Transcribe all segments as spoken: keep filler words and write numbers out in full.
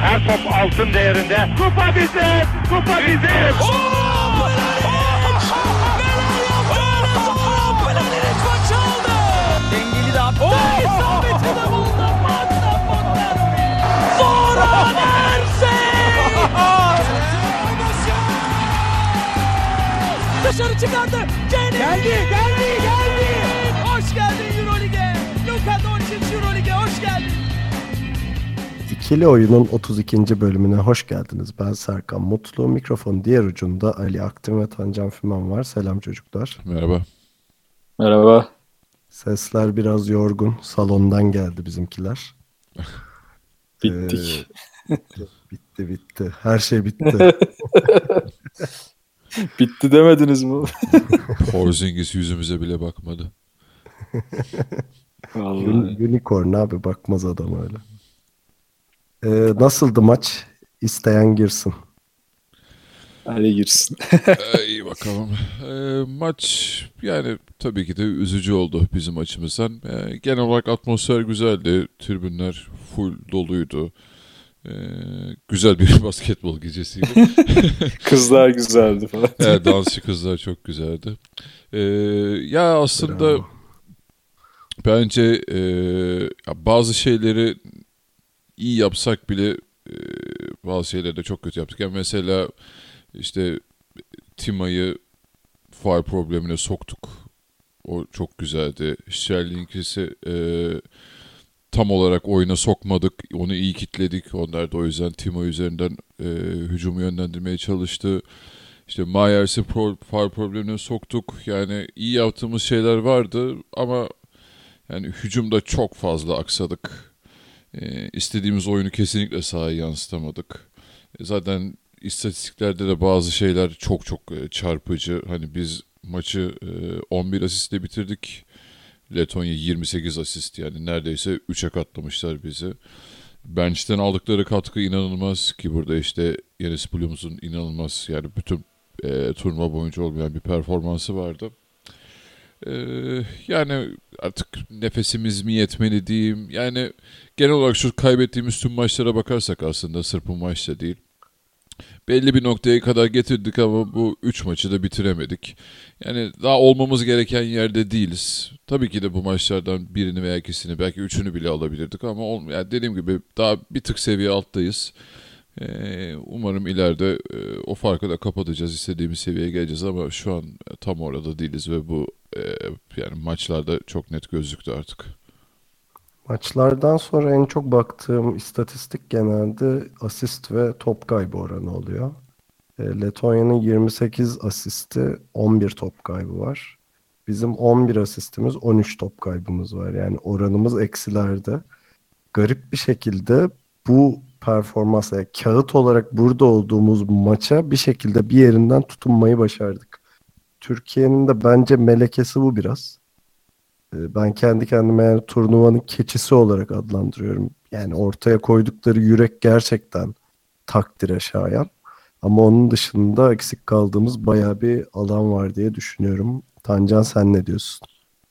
Her top altın değerinde. Kupa bizim, kupa bizim. Oh, Mladenovic maçı aldı. Dengeli de attı. İsabeti de buldu. Magna Fontanovic. Zoran Ersin. Dışarı çıkardı. Geldi, geldi, geldi. Hoş geldin Euroleague'e. Luka Doncic Euroleague'e hoş geldin. İkili Oyun'un otuz ikinci bölümüne hoş geldiniz. Ben Serkan Mutlu. Mikrofonun diğer ucunda Ali Aktin ve Tancan Fümen var. Selam çocuklar. Merhaba. Merhaba. Sesler biraz yorgun. Salondan geldi bizimkiler. Bittik. Ee, bitti bitti. Her şey bitti. Bitti demediniz mi? Porzingis yüzümüze bile bakmadı. Vallahi. Unicorn abi, bakmaz adam öyle. Ee, nasıldı maç? İsteyen girsin. Hadi girsin. ee, iyi bakalım. Ee, maç yani tabii ki de üzücü oldu bizim açımızdan. Ee, genel olarak atmosfer güzeldi. Tribünler full doluydu. Ee, güzel bir basketbol gecesiydi. Kızlar güzeldi falan. Evet, dansçı kızlar çok güzeldi. Ee, ya aslında Bravo. bence e, ya bazı şeyleri iyi yapsak bile e, bazı şeyleri de çok kötü yaptık. Yani mesela işte Tima'yı faul problemine soktuk. O çok güzeldi. Sterling'i e, tam olarak oyuna sokmadık. Onu iyi kitledik. Onlar da o yüzden Tima üzerinden e, hücumu yönlendirmeye çalıştı. İşte Myers'i pro, faul problemine soktuk. Yani iyi yaptığımız şeyler vardı ama yani hücumda çok fazla aksadık. E, istediğimiz oyunu kesinlikle sahaya yansıtamadık. E, zaten istatistiklerde de bazı şeyler çok çok e, çarpıcı. Hani biz maçı e, on bir asistle bitirdik. Letonya yirmi sekiz asist, yani neredeyse üçe katlamışlar bizi. Bench'ten aldıkları katkı inanılmaz ki burada işte Enes Bluem's'un inanılmaz, yani bütün e, turnuva boyunca olmayan bir performansı vardı. E, yani artık nefesimiz mi yetmeli diyeyim. Yani genel olarak şu kaybettiğimiz tüm maçlara bakarsak aslında sırf bu maçta değil. Belli bir noktaya kadar getirdik ama bu üç maçı da bitiremedik. Yani daha olmamız gereken yerde değiliz. Tabii ki de bu maçlardan birini veya ikisini, belki üçünü bile alabilirdik ama ol, yani dediğim gibi daha bir tık seviye alttayız. Ee, umarım ileride e, o farkı da kapatacağız, istediğimiz seviyeye geleceğiz ama şu an tam orada değiliz ve bu e, yani maçlarda çok net gözüktü artık. Maçlardan sonra en çok baktığım istatistik genelde asist ve top kaybı oranı oluyor. E, Letonya'nın yirmi sekiz asisti, on bir top kaybı var. Bizim on bir asistimiz, on üç top kaybımız var. Yani oranımız eksilerde. Garip bir şekilde bu performansla, yani kağıt olarak burada olduğumuz maça bir şekilde bir yerinden tutunmayı başardık. Türkiye'nin de bence melekesi bu biraz. Ben kendi kendime yani turnuvanın keçisi olarak adlandırıyorum. Yani ortaya koydukları yürek gerçekten takdire şayan. Ama onun dışında eksik kaldığımız bayağı bir alan var diye düşünüyorum. Tancan, sen ne diyorsun?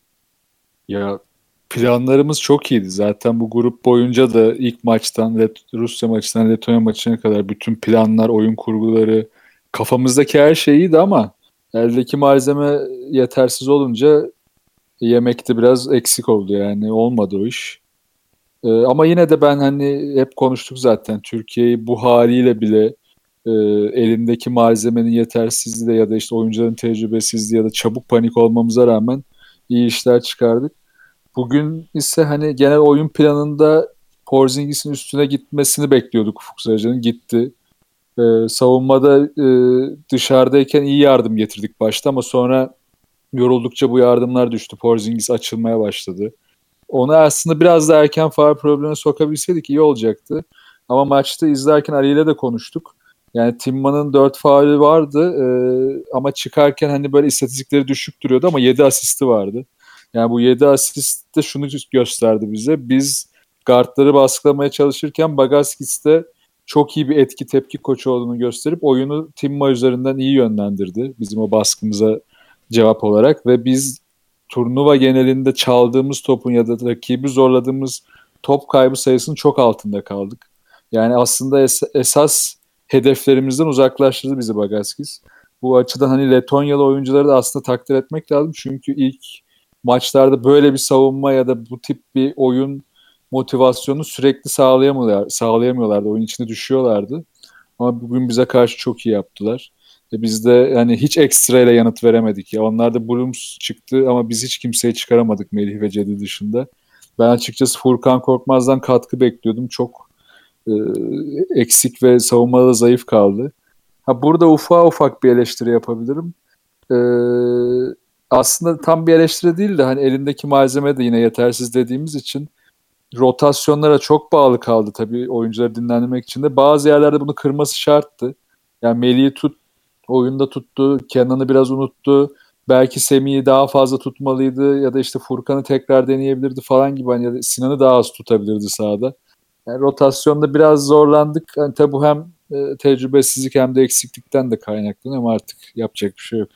Ya planlarımız çok iyiydi. Zaten bu grup boyunca da ilk maçtan Let- Rusya maçından Letonya maçına kadar bütün planlar, oyun kurguları, kafamızdaki her şey iyiydi ama eldeki malzeme yetersiz olunca yemekte biraz eksik oldu, yani olmadı o iş. Ee, ama yine de ben hani hep konuştuk zaten, Türkiye'yi bu haliyle bile e, elindeki malzemenin yetersizliği ya da işte oyuncuların tecrübesizliği ya da çabuk panik olmamıza rağmen iyi işler çıkardık. Bugün ise hani genel oyun planında Porzingis'in üstüne gitmesini bekliyorduk Ufuk Sarıcan'ın. Gitti. Ee, savunmada e, dışarıdayken iyi yardım getirdik başta ama sonra yoruldukça bu yardımlar düştü. Porzingis açılmaya başladı. Onu aslında biraz daha erken faul problemine sokabilseydik iyi olacaktı. Ama maçta izlerken Ali ile de konuştuk. Yani Timma'nın dört faulü vardı e, ama çıkarken hani böyle istatistikleri düşük duruyordu ama yedi asisti vardı. Yani bu yedi asist de şunu gösterdi bize. Biz guardları baskılamaya çalışırken Bagaskis de çok iyi bir etki tepki koçu olduğunu gösterip oyunu Timma üzerinden iyi yönlendirdi bizim o baskımıza cevap olarak ve biz turnuva genelinde çaldığımız topun ya da rakibi zorladığımız top kaybı sayısının çok altında kaldık. Yani aslında es- esas hedeflerimizden uzaklaştırdı bizi Bagaskis. Bu açıdan hani Letonyalı oyuncuları da aslında takdir etmek lazım. Çünkü ilk maçlarda böyle bir savunma ya da bu tip bir oyun motivasyonu sürekli sağlayamıyorlar, sağlayamıyorlardı. Oyun içine düşüyorlardı. Ama bugün bize karşı çok iyi yaptılar. E biz de yani hiç ekstra ile yanıt veremedik ya. Onlar da Blooms çıktı ama biz hiç kimseyi çıkaramadık Melih ve Cedi dışında. Ben açıkçası Furkan Korkmaz'dan katkı bekliyordum. Çok e, eksik ve savunmada da zayıf kaldı. Ha burada ufak ufak bir eleştiri yapabilirim. E, aslında tam bir eleştiri değil de hani elindeki malzeme de yine yetersiz dediğimiz için rotasyonlara çok bağlı kaldı tabii oyuncuları dinlendirmek için de. Bazı yerlerde bunu kırması şarttı. Yani Melih'i tut, oyunda tuttu, Kenan'ı biraz unuttu. Belki Semih'i daha fazla tutmalıydı ya da işte Furkan'ı tekrar deneyebilirdi falan gibi. Hani ya da Sinan'ı daha az tutabilirdi sahada. Yani rotasyonda biraz zorlandık. Yani tabii bu hem e, tecrübesizlik hem de eksiklikten de kaynaklanıyor ama artık yapacak bir şey yok.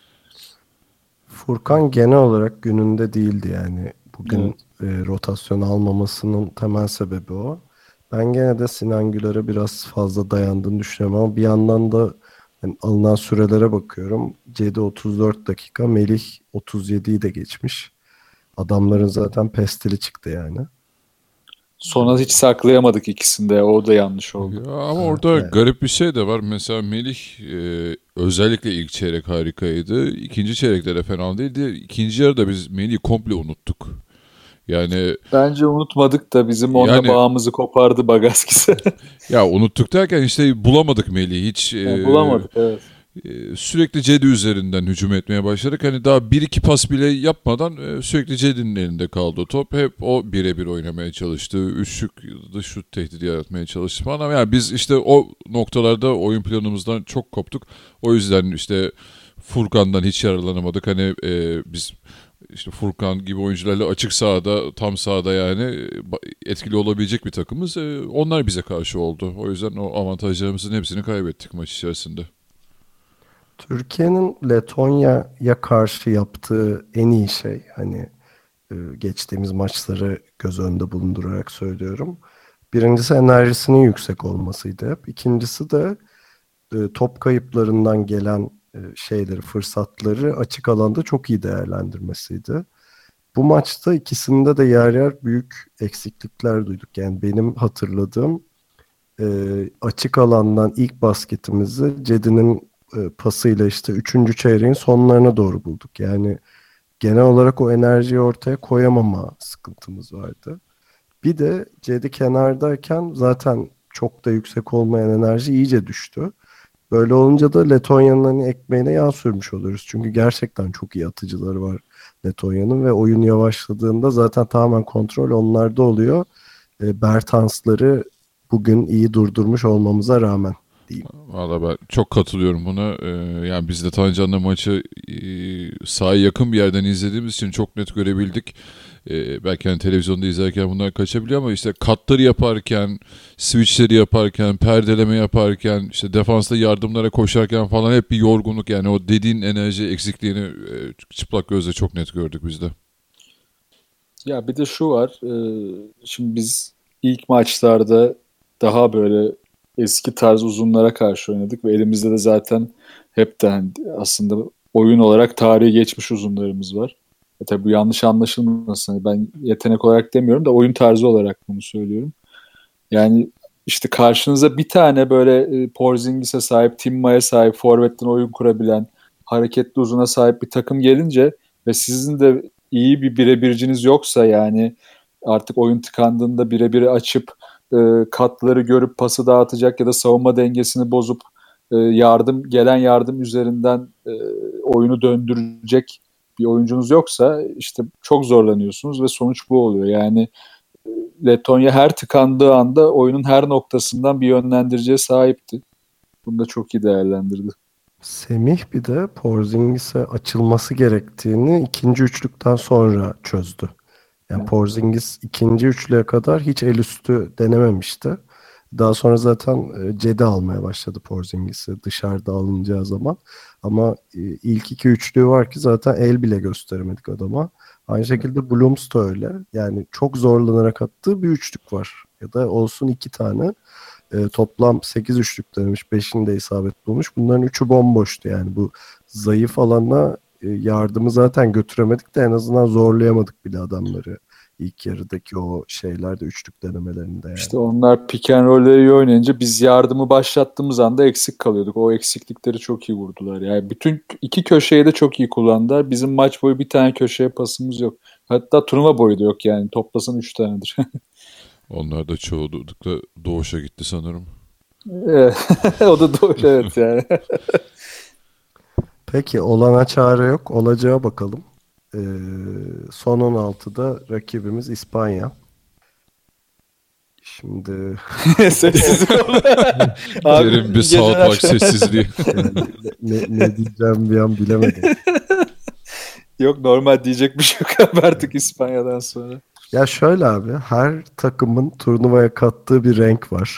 Furkan genel olarak gününde değildi yani. Bugün Evet. e, rotasyon almamasının temel sebebi o. Ben gene de Sinan Güler'e biraz fazla dayandığını düşünüyorum ama bir yandan da yani alınan sürelere bakıyorum. Cedi otuz dört dakika, Melih otuz yediyi de geçmiş. Adamların zaten pestili çıktı yani. Sonra hiç saklayamadık ikisinde. O da yanlış oldu. Ya ama Evet, orada evet. garip bir şey de var. Mesela Melih e, özellikle ilk çeyrek harikaydı. İkinci çeyrekte de fena değildi. İkinci yarıda biz Melih'i komple unuttuk. Yani Bence unutmadık da bizim onunla yani bağımızı kopardı Bagaskis'e. ya unuttuk derken işte bulamadık Melih'i. Hiç Yani e, bulamadık evet. e, sürekli Cedi üzerinden hücum etmeye başladık. Hani daha bir iki pas bile yapmadan e, sürekli Cedi'nin elinde kaldı o top. Hep o birebir oynamaya çalıştı. Üçlük dış şut tehdidi yaratmaya çalıştı falan. Ama yani biz işte o noktalarda oyun planımızdan çok koptuk. O yüzden işte Furkan'dan hiç yararlanamadık. Hani e, biz işte Furkan gibi oyuncularla açık sahada, tam sahada yani ba- etkili olabilecek bir takımız. E, onlar bize karşı oldu. O yüzden o avantajlarımızın hepsini kaybettik maç içerisinde. Türkiye'nin Letonya'ya karşı yaptığı en iyi şey hani e, geçtiğimiz maçları göz önünde bulundurarak söylüyorum. Birincisi enerjisinin yüksek olmasıydı hep. İkincisi de e, top kayıplarından gelen e, şeyleri, fırsatları açık alanda çok iyi değerlendirmesiydi. Bu maçta ikisinde de yer yer büyük eksiklikler duyduk. Yani benim hatırladığım e, açık alandan ilk basketimizi Cedi'nin e, pasıyla işte üçüncü çeyreğin sonlarına doğru bulduk. Yani genel olarak o enerjiyi ortaya koyamama sıkıntımız vardı. Bir de Cedi kenardayken zaten çok da yüksek olmayan enerji iyice düştü. Böyle olunca da Letonya'nın hani ekmeğine yağ sürmüş oluyoruz. Çünkü gerçekten çok iyi atıcıları var Letonya'nın ve oyun yavaşladığında zaten tamamen kontrol onlarda oluyor. E, Bertansları bugün iyi durdurmuş olmamıza rağmen diyeyim. Valla ben çok katılıyorum buna. Ee, yani biz de Tancan'la maçı e, sahaya yakın bir yerden izlediğimiz için çok net görebildik. Ee, belki hani televizyonda izlerken bunlar kaçabiliyor ama işte katları yaparken, switchleri yaparken, perdeleme yaparken, işte defansta yardımlara koşarken falan hep bir yorgunluk. Yani o dediğin enerji eksikliğini e, çıplak gözle çok net gördük biz de. Ya bir de şu var. e, şimdi biz ilk maçlarda daha böyle eski tarz uzunlara karşı oynadık ve elimizde de zaten hep de hani aslında oyun olarak tarihi geçmiş uzunlarımız var. E tabi bu yanlış anlaşılmasın. Hani ben yetenek olarak demiyorum da oyun tarzı olarak bunu söylüyorum. Yani işte karşınıza bir tane böyle e, Porzingis'e sahip, Timma'ya sahip, forvetten oyun kurabilen, hareketli uzuna sahip bir takım gelince ve sizin de iyi bir birebirciniz yoksa yani artık oyun tıkandığında birebiri açıp e, katları görüp pası dağıtacak ya da savunma dengesini bozup e, yardım gelen yardım üzerinden e, oyunu döndürecek bir oyuncunuz yoksa işte çok zorlanıyorsunuz ve sonuç bu oluyor. Yani Letonya her tıkandığı anda oyunun her noktasından bir yönlendiriciye sahipti. Bunu da çok iyi değerlendirdi. Semih bir de Porzingis'e açılması gerektiğini ikinci üçlükten sonra çözdü. Yani Evet. Porzingis ikinci üçlüğe kadar hiç el üstü denememişti. Daha sonra zaten e, Cedi almaya başladı Porzingis'i dışarıda alınacağı zaman. Ama e, ilk iki üçlüğü var ki zaten el bile gösteremedik adama. Aynı şekilde Blooms da öyle. Yani çok zorlanarak attığı bir üçlük var. Ya da olsun iki tane. e, toplam sekiz üçlük denemiş. beşinde isabet bulmuş. Bunların üçü bomboştu yani. Bu zayıf alana e, yardımı zaten götüremedik de en azından zorlayamadık bile adamları. İlk yarıdaki o şeylerde üçlük denemelerinde yani. İşte onlar pick and roll'leri iyi oynayınca biz yardımı başlattığımız anda eksik kalıyorduk. O eksiklikleri çok iyi vurdular. Yani bütün iki köşeyi de çok iyi kullandılar. Bizim maç boyu bir tane köşeye pasımız yok. Hatta turnuva boyu da yok yani. Toplasan üç tanedir. Onlar da çoğunlukla Doğuş'a gitti sanırım. Evet. O da doğru, evet yani. Peki olana çare yok. Olacağı bakalım. Ee, son on altıda rakibimiz İspanya. Şimdi Sessizlik oldu. Derin bir South Park sessizliği. yani ne, ne diyeceğim bir an bilemedim. Yok, normal diyecek bir şey yok artık İspanya'dan sonra. Ya şöyle abi, her takımın turnuvaya kattığı bir renk var.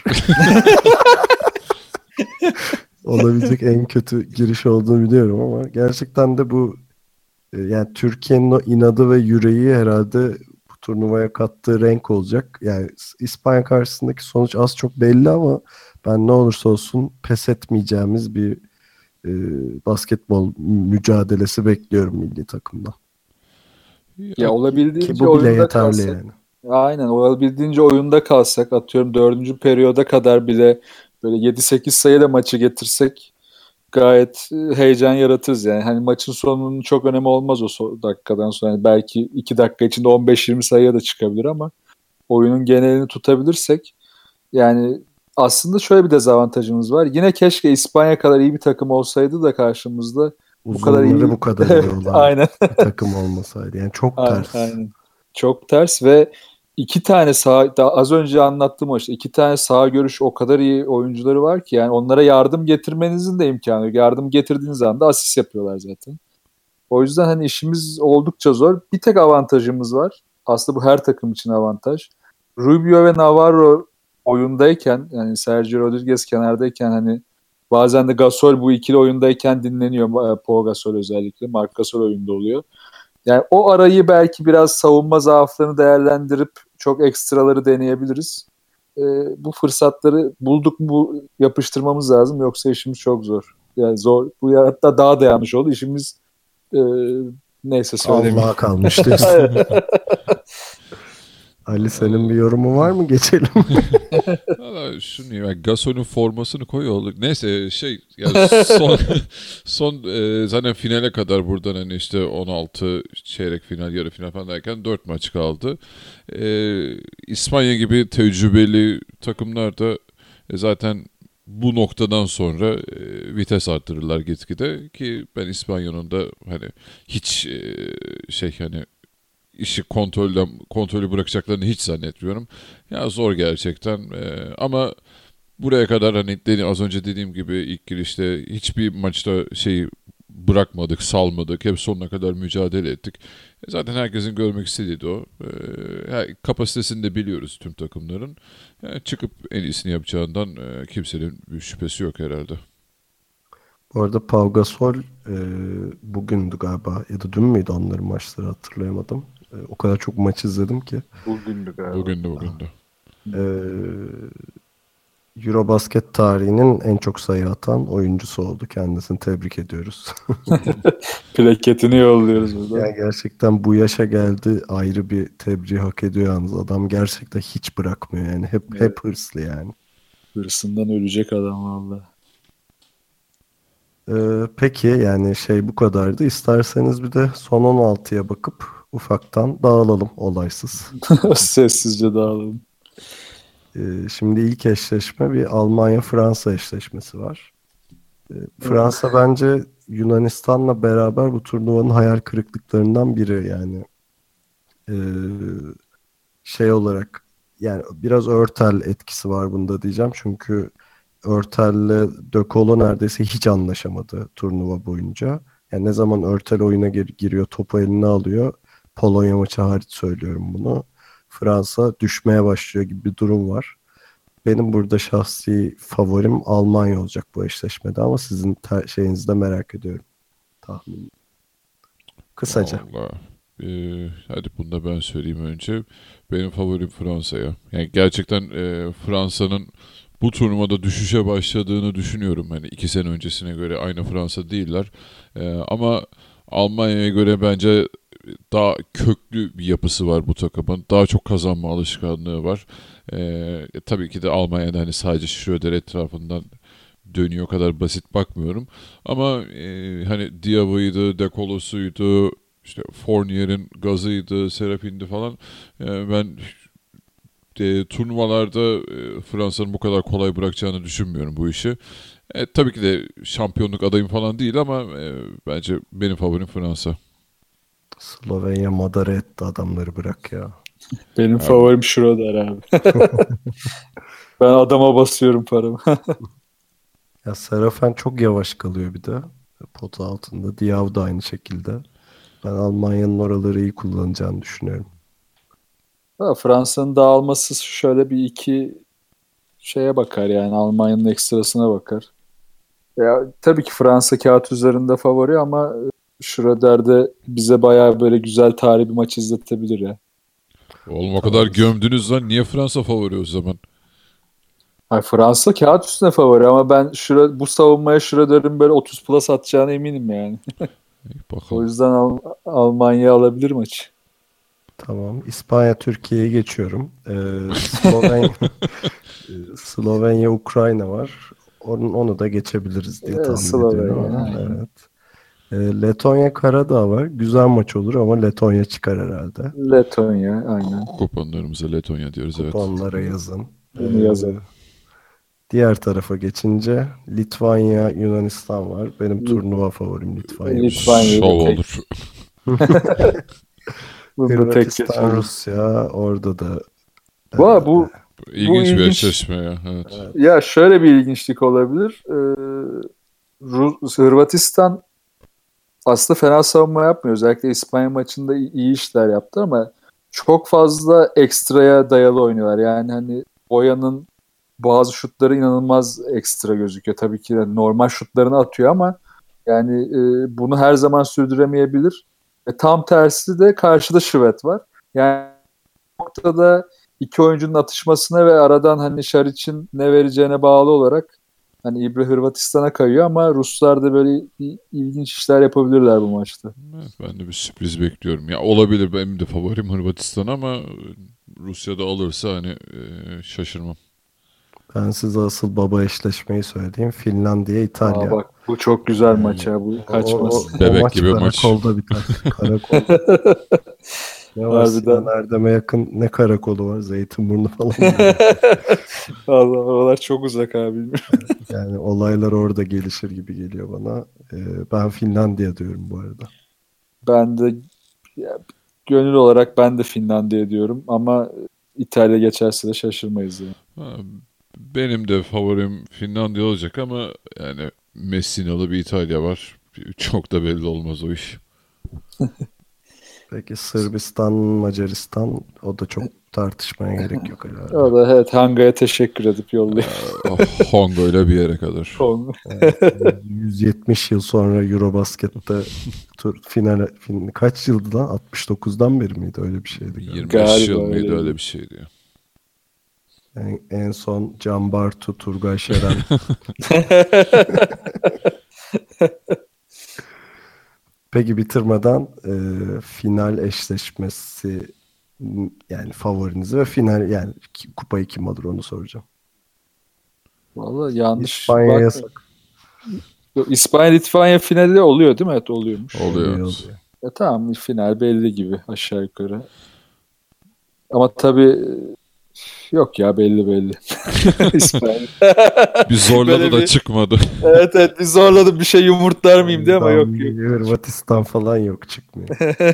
Olabilecek en kötü giriş olduğunu biliyorum ama gerçekten de bu e, yani Türkiye'nin o inadı ve yüreği herhalde bu turnuvaya kattığı renk olacak. Yani İspanya karşısındaki sonuç az çok belli ama ben ne olursa olsun pes etmeyeceğimiz bir e, basketbol mücadelesi bekliyorum milli takımdan. Ya olabildiğince Ki bu bile oyunda yeterli kalsak. yani. Aynen, olabildiğince oyunda kalsak, atıyorum dördüncü periyoda kadar bile böyle yedi sekiz sayıyla maçı getirsek gayet heyecan yaratırız yani. Hani maçın sonunun çok önemi olmaz o so- dakikadan sonra. Yani belki iki dakika içinde on beş yirmi sayıya da çıkabilir ama oyunun genelini tutabilirsek yani aslında şöyle bir dezavantajımız var. Yine keşke İspanya kadar iyi bir takım olsaydı da karşımızda bu kadar iyi. Uzunları bu kadar iyi olan Aynen. bir takım olmasaydı. Yani çok Aynen, ters. aynen. Çok ters ve iki tane sağ, daha az önce anlattığım o işte iki tane sağ görüş o kadar iyi oyuncuları var ki yani onlara yardım getirmenizin de imkanı yok. Yardım getirdiğiniz anda asist yapıyorlar zaten. O yüzden hani işimiz oldukça zor. Bir tek avantajımız var. Aslında bu her takım için avantaj. Rubio ve Navarro oyundayken, yani Sergio Rodriguez kenardayken, hani bazen de Gasol bu ikili oyundayken dinleniyor. Pau Gasol özellikle. Marc Gasol oyunda oluyor. Yani o arayı belki biraz savunma zaaflarını değerlendirip çok ekstraları deneyebiliriz. Ee, bu fırsatları bulduk mu bu yapıştırmamız lazım, yoksa işimiz çok zor. Yani zor. Bu hatta daha da yanlış oldu. İşimiz e, neyse söylemeyeyim. Allah'a kalmış diyorsun. Ali, senin bir yorumun var mı? Geçelim. Valla şunu yani Gasol'ün formasını koyuyor. Neyse şey yani son son e, zaten finale kadar buradan hani işte on altı çeyrek final, yarı final falan derken dört maç kaldı. E, İspanya gibi tecrübeli takımlar da e, zaten bu noktadan sonra e, vites arttırırlar gitgide ki ben İspanya'nın da hani hiç e, şey hani işi kontrolden kontrolü bırakacaklarını hiç zannetmiyorum. Ya zor gerçekten ee, ama buraya kadar hani dedi, az önce dediğim gibi ilk girişte hiçbir maçta şeyi bırakmadık, salmadık. Hep sonuna kadar mücadele ettik. E zaten herkesin görmek istediği de o. Ee, kapasitesini de biliyoruz tüm takımların. Yani çıkıp en iyisini yapacağından e, kimsenin bir şüphesi yok herhalde. Bu arada Pau Gasol e, bugündü galiba ya da dün müydü onların maçları, hatırlayamadım. E, o kadar çok maç izledim ki. Bugündü galiba. Bugündü bugündü. E, Eurobasket tarihinin en çok sayı atan oyuncusu oldu. Kendisini tebrik ediyoruz. Plaketini yolluyoruz burada. Yani gerçekten bu yaşa geldi, ayrı bir tebriği hak ediyor yalnız. Adam gerçekten hiç bırakmıyor yani. Hep Evet. hep hırslı yani. Hırsından ölecek adam valla. Ee, peki yani şey bu kadardı. İsterseniz bir de son on altıya bakıp ufaktan dağılalım olaysız. Sessizce dağılalım. Ee, şimdi ilk eşleşme bir Almanya-Fransa eşleşmesi var. Ee, Fransa bence Yunanistan'la beraber bu turnuvanın hayal kırıklıklarından biri yani. Ee, şey olarak yani biraz Örtel etkisi var bunda diyeceğim. Çünkü Örtel'le De Colo neredeyse hiç anlaşamadı turnuva boyunca. Yani ne zaman Örtel oyuna gir- giriyor, topu eline alıyor. Polonya maçı hariç söylüyorum bunu. Fransa düşmeye başlıyor gibi bir durum var. Benim burada şahsi favorim Almanya olacak bu eşleşmede ama sizin ter- şeyinizi de merak ediyorum. Tahmin. Kısaca. Vallahi, e, hadi bunu da ben söyleyeyim önce. Benim favorim Fransa'ya. Yani gerçekten e, Fransa'nın bu bu turnuvada düşüşe başladığını düşünüyorum. Yani iki sene öncesine göre aynı Fransa değiller. Ee, ama Almanya'ya göre bence daha köklü bir yapısı var bu takımın. Daha çok kazanma alışkanlığı var. Ee, tabii ki de Almanya'da hani sadece Schröder etrafından dönüyor kadar basit bakmıyorum. Ama e, hani Diaw'ıydı, De Colos'uydu, işte Fournier'in gazıydı, Serapin'di falan. E, ben e, turnuvalarda e, Fransa'nın bu kadar kolay bırakacağını düşünmüyorum bu işi. E, tabii ki de şampiyonluk adayım falan değil ama e, bence benim favorim Fransa. Slovenya madara etti adamları, bırak ya. Benim Abi. favorim Schröder abi. Ben adama basıyorum paramı. Ya Serafen çok yavaş kalıyor bir de. Pota altında. Diaw da aynı şekilde. Ben Almanya'nın oraları iyi kullanacağını düşünüyorum. Ha, Fransa'nın dağılması şöyle bir iki şeye bakar yani. Almanya'nın ekstrasına bakar. Ya, tabii ki Fransa kağıt üzerinde favori ama Schröder de bize bayağı böyle güzel tarihi bir maç izletebilir ya. Oğlum o Tamam. kadar gömdünüz lan. Niye Fransa favori o zaman? Ay, Fransa kağıt üstüne favori ama ben Schrö- bu savunmaya Schröder'in böyle otuz plus atacağına eminim yani. İyi, O bakalım. yüzden Al- Almanya alabilir maçı. Tamam. İspanya Türkiye'ye geçiyorum. Ee, Slovenya Slovenya Ukrayna var. Onu, onu da geçebiliriz diye Evet, tahmin Slovenya, ediyorum ama aynen. evet. Ee, Letonya Karadağ var. Güzel maç olur ama Letonya çıkar herhalde. Letonya aynen. Kuponlarımıza Letonya diyoruz, evet. Kuponlara yazın. Bunu yazalım. Diğer tarafa geçince Litvanya Yunanistan var. Benim Lit- turnuva favorim Litvanya. Litvanya. Şov tek- olur. Bunu tek Hırvatistan, geçelim. Rusya orada da Bu, bu İlginç bir ilginç. eşleşme ya. Evet. ya şöyle bir ilginçlik olabilir. Ee, Ru- Hırvatistan aslında fena savunma yapmıyor. Özellikle İspanya maçında iyi, iyi işler yaptı ama çok fazla ekstraya dayalı oynuyorlar. Yani hani Boyan'ın bazı şutları inanılmaz ekstra gözüküyor. Tabii ki de normal şutlarını atıyor ama yani e, bunu her zaman sürdüremeyebilir. Ve tam tersi de karşıda Şivet var. Yani bu noktada iki oyuncunun atışmasına ve aradan hani Şariç'in ne vereceğine bağlı olarak hani İbre Hırvatistan'a kayıyor ama Ruslar da böyle bir ilginç işler yapabilirler bu maçta. Evet, ben de bir sürpriz bekliyorum. Ya olabilir, benim de favorim Hırvatistan ama Rusya'da alırsa hani e, şaşırmam. ben size asıl baba eşleşmeyi söyleyeyim. Finlandiya İtalya. Aa, bak bu çok güzel maç ya, bu O- kaçmaz. o- o Bebek maç gibi maç. karakolda biter. Karakol. Ne var Harbiden. Sinan Erdem'e yakın ne karakolu var? Zeytinburnu falan. Allah, oralar çok uzak abi, bilmiyorum. Yani olaylar orada gelişir gibi geliyor bana. Ee, ben Finlandiya diyorum bu arada. Ben de ya, gönül olarak ben de Finlandiya diyorum ama İtalya geçerse de şaşırmayız yani. Ha, benim de favorim Finlandiya olacak ama yani Messinalı bir İtalya var. Çok da belli olmaz o iş. Peki Sırbistan, Macaristan, o da çok tartışmaya gerek yok herhalde. O da evet, Hanga'ya teşekkür edip yollayayım. Ah, Hongo ile bir yere kadar. Evet, yüz yetmiş yıl sonra Eurobasket'te tur, final, fin, kaç yıldı lan? altmış dokuzdan beri miydi? Öyle bir şeydi galiba. yirmi beş Galiba yıl mıydı, öyle. öyle bir şeydi ya. En, en son Can Bartu, Turgay Şeren. Peki bitirmeden e, final eşleşmesi, yani favorinizi ve final, yani ki- kupayı kim alır onu soracağım. Vallahi yanlış İspanya bakma. yasak. Yok, İspanya Litvanya finali oluyor değil mi? Evet, oluyormuş. Oluyor. Oluyor, oluyor. E, tamam, final belli gibi aşağı yukarı. Ama tabii yok ya, belli belli. İspanya. Bir zorladı Böyle da bir- çıkmadı. Evet evet, bir zorladım bir şey yumurtlar mıyım diye ama yok yok. Hırvatistan falan yok, çıkmıyor.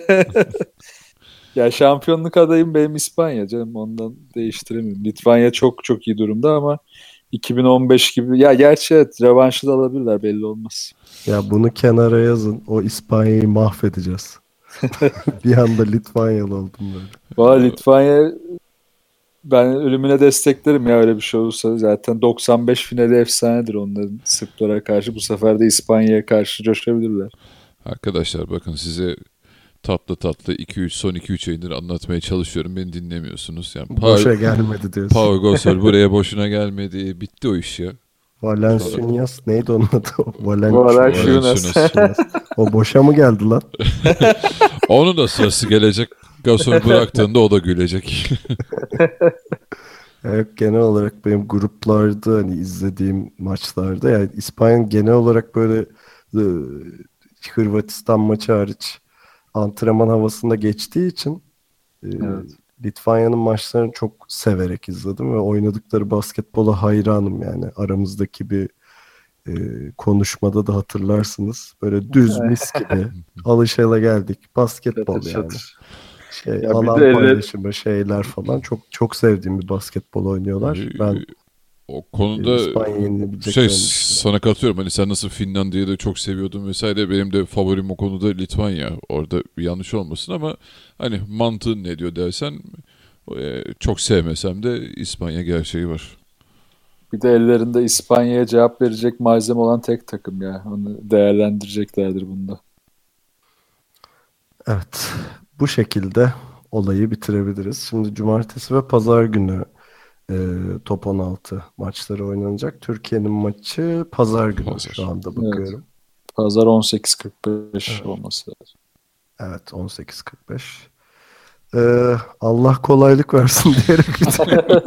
Ya şampiyonluk adayım benim İspanya canım, ondan değiştiremiyorum. Litvanya çok çok iyi durumda ama iki bin on beş gibi, ya gerçi evet, revanşı da alabilirler, belli olmaz. Ya bunu kenara yazın. O İspanya'yı mahvedeceğiz. Bir anda Litvanyalı oldum böyle. Valla Litvanya, ben ölümüne desteklerim ya, öyle bir şey olursa. Zaten doksan beş finali efsanedir onların, Sırplara karşı. Bu sefer de İspanya'ya karşı coşabilirler. Arkadaşlar bakın, size tatlı tatlı iki üç son iki üç aydır anlatmaya çalışıyorum. Beni dinlemiyorsunuz. Yani Boşa gelmedi diyorsun. Pau Gasol buraya boşuna gelmedi. Bitti o iş ya. Valenciunas neydi onun adı? Valanciunas. Valanciunas. O boşa mı geldi lan? Onun da sırası gelecek. Gasol bıraktığında o da gülecek. Evet, genel olarak benim gruplarda hani izlediğim maçlarda yani İspanya genel olarak böyle e, Hırvatistan maçı hariç antrenman havasında geçtiği için e, Evet. Litvanya'nın maçlarını çok severek izledim ve oynadıkları basketbola hayranım yani. Aramızdaki bir e, konuşmada da hatırlarsınız. Böyle düz mis gibi alışayla geldik. Basketbol Çatır yani. çatır. Şey, Ya bir alan de evet. paylaşımı şeyler falan çok çok sevdiğim bir basketbol oynuyorlar. Ben O konuda İspanya'yı şey yenebileceklerini düşünüyorum. sana katılıyorum. Hani sen nasıl Finlandiya'yı da çok seviyordun vesaire. Benim de favorim o konuda Litvanya. Orada bir yanlış olmasın ama hani mantığın ne diyor dersen e, çok sevmesem de İspanya gerçeği var. Bir de ellerinde İspanya'ya cevap verecek malzeme olan tek takım ya. Onu değerlendireceklerdir bunda. Evet. Bu şekilde olayı bitirebiliriz. Şimdi cumartesi ve pazar günü e, top on altı maçları oynanacak. Türkiye'nin maçı pazar günü Pazar. şu anda Evet. bakıyorum. Pazar on sekiz kırk beş Evet. olması lazım. Evet, on sekiz kırk beş. Ee, Allah kolaylık versin diyerek bitiriyorum.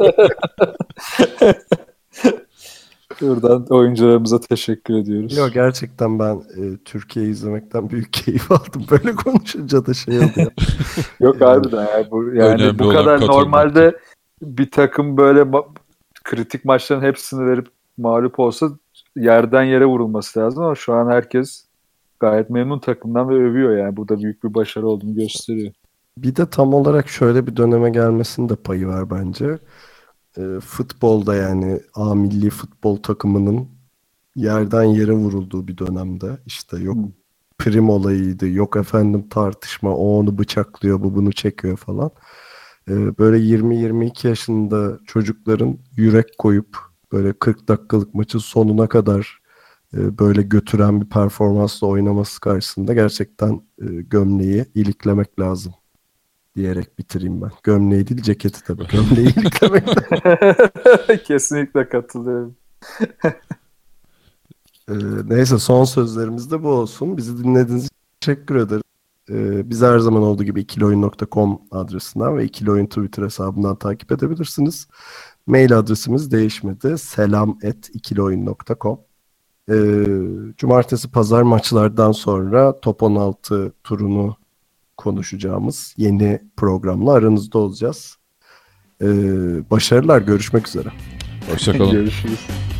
Buradan oyuncularımıza teşekkür ediyoruz. Yok, gerçekten ben e, Türkiye'yi izlemekten büyük keyif aldım. Böyle konuşunca da şey oluyor. Yok harbiden yani bu yani Önemli bu olan kadar katılmaktı. normalde bir takım böyle ma- kritik maçların hepsini verip mağlup olsa yerden yere vurulması lazım ama şu an herkes gayet memnun takımdan ve övüyor yani. Bu da büyük bir başarı olduğunu gösteriyor. Bir de tam olarak şöyle bir döneme gelmesinin de payı var bence. E, futbolda yani A milli futbol takımının yerden yere vurulduğu bir dönemde işte yok Hı. prim olayıydı, yok efendim tartışma, o onu bıçaklıyor, bu bunu çekiyor falan. E, böyle yirmi yirmi iki yaşında çocukların yürek koyup böyle kırk dakikalık maçın sonuna kadar e, böyle götüren bir performansla oynaması karşısında gerçekten e, gömleği iliklemek lazım diyerek bitireyim ben. Gömleği değil, ceketi tabii. Gömleği iliklemek lazım. Kesinlikle katılıyorum. Ee, neyse, son sözlerimiz de bu olsun. Bizi dinlediğiniz için teşekkür ederim. Ee, bizi her zaman olduğu gibi ikiloyun nokta com adresinden ve ikiloyun Twitter hesabından takip edebilirsiniz. Mail adresimiz değişmedi. selam at ikiloyun nokta com. Ee, Cumartesi pazar maçlardan sonra Top on altı turunu konuşacağımız yeni programla aranızda olacağız. Ee, başarılar, görüşmek üzere. Hoşça kalın. Görüşürüz.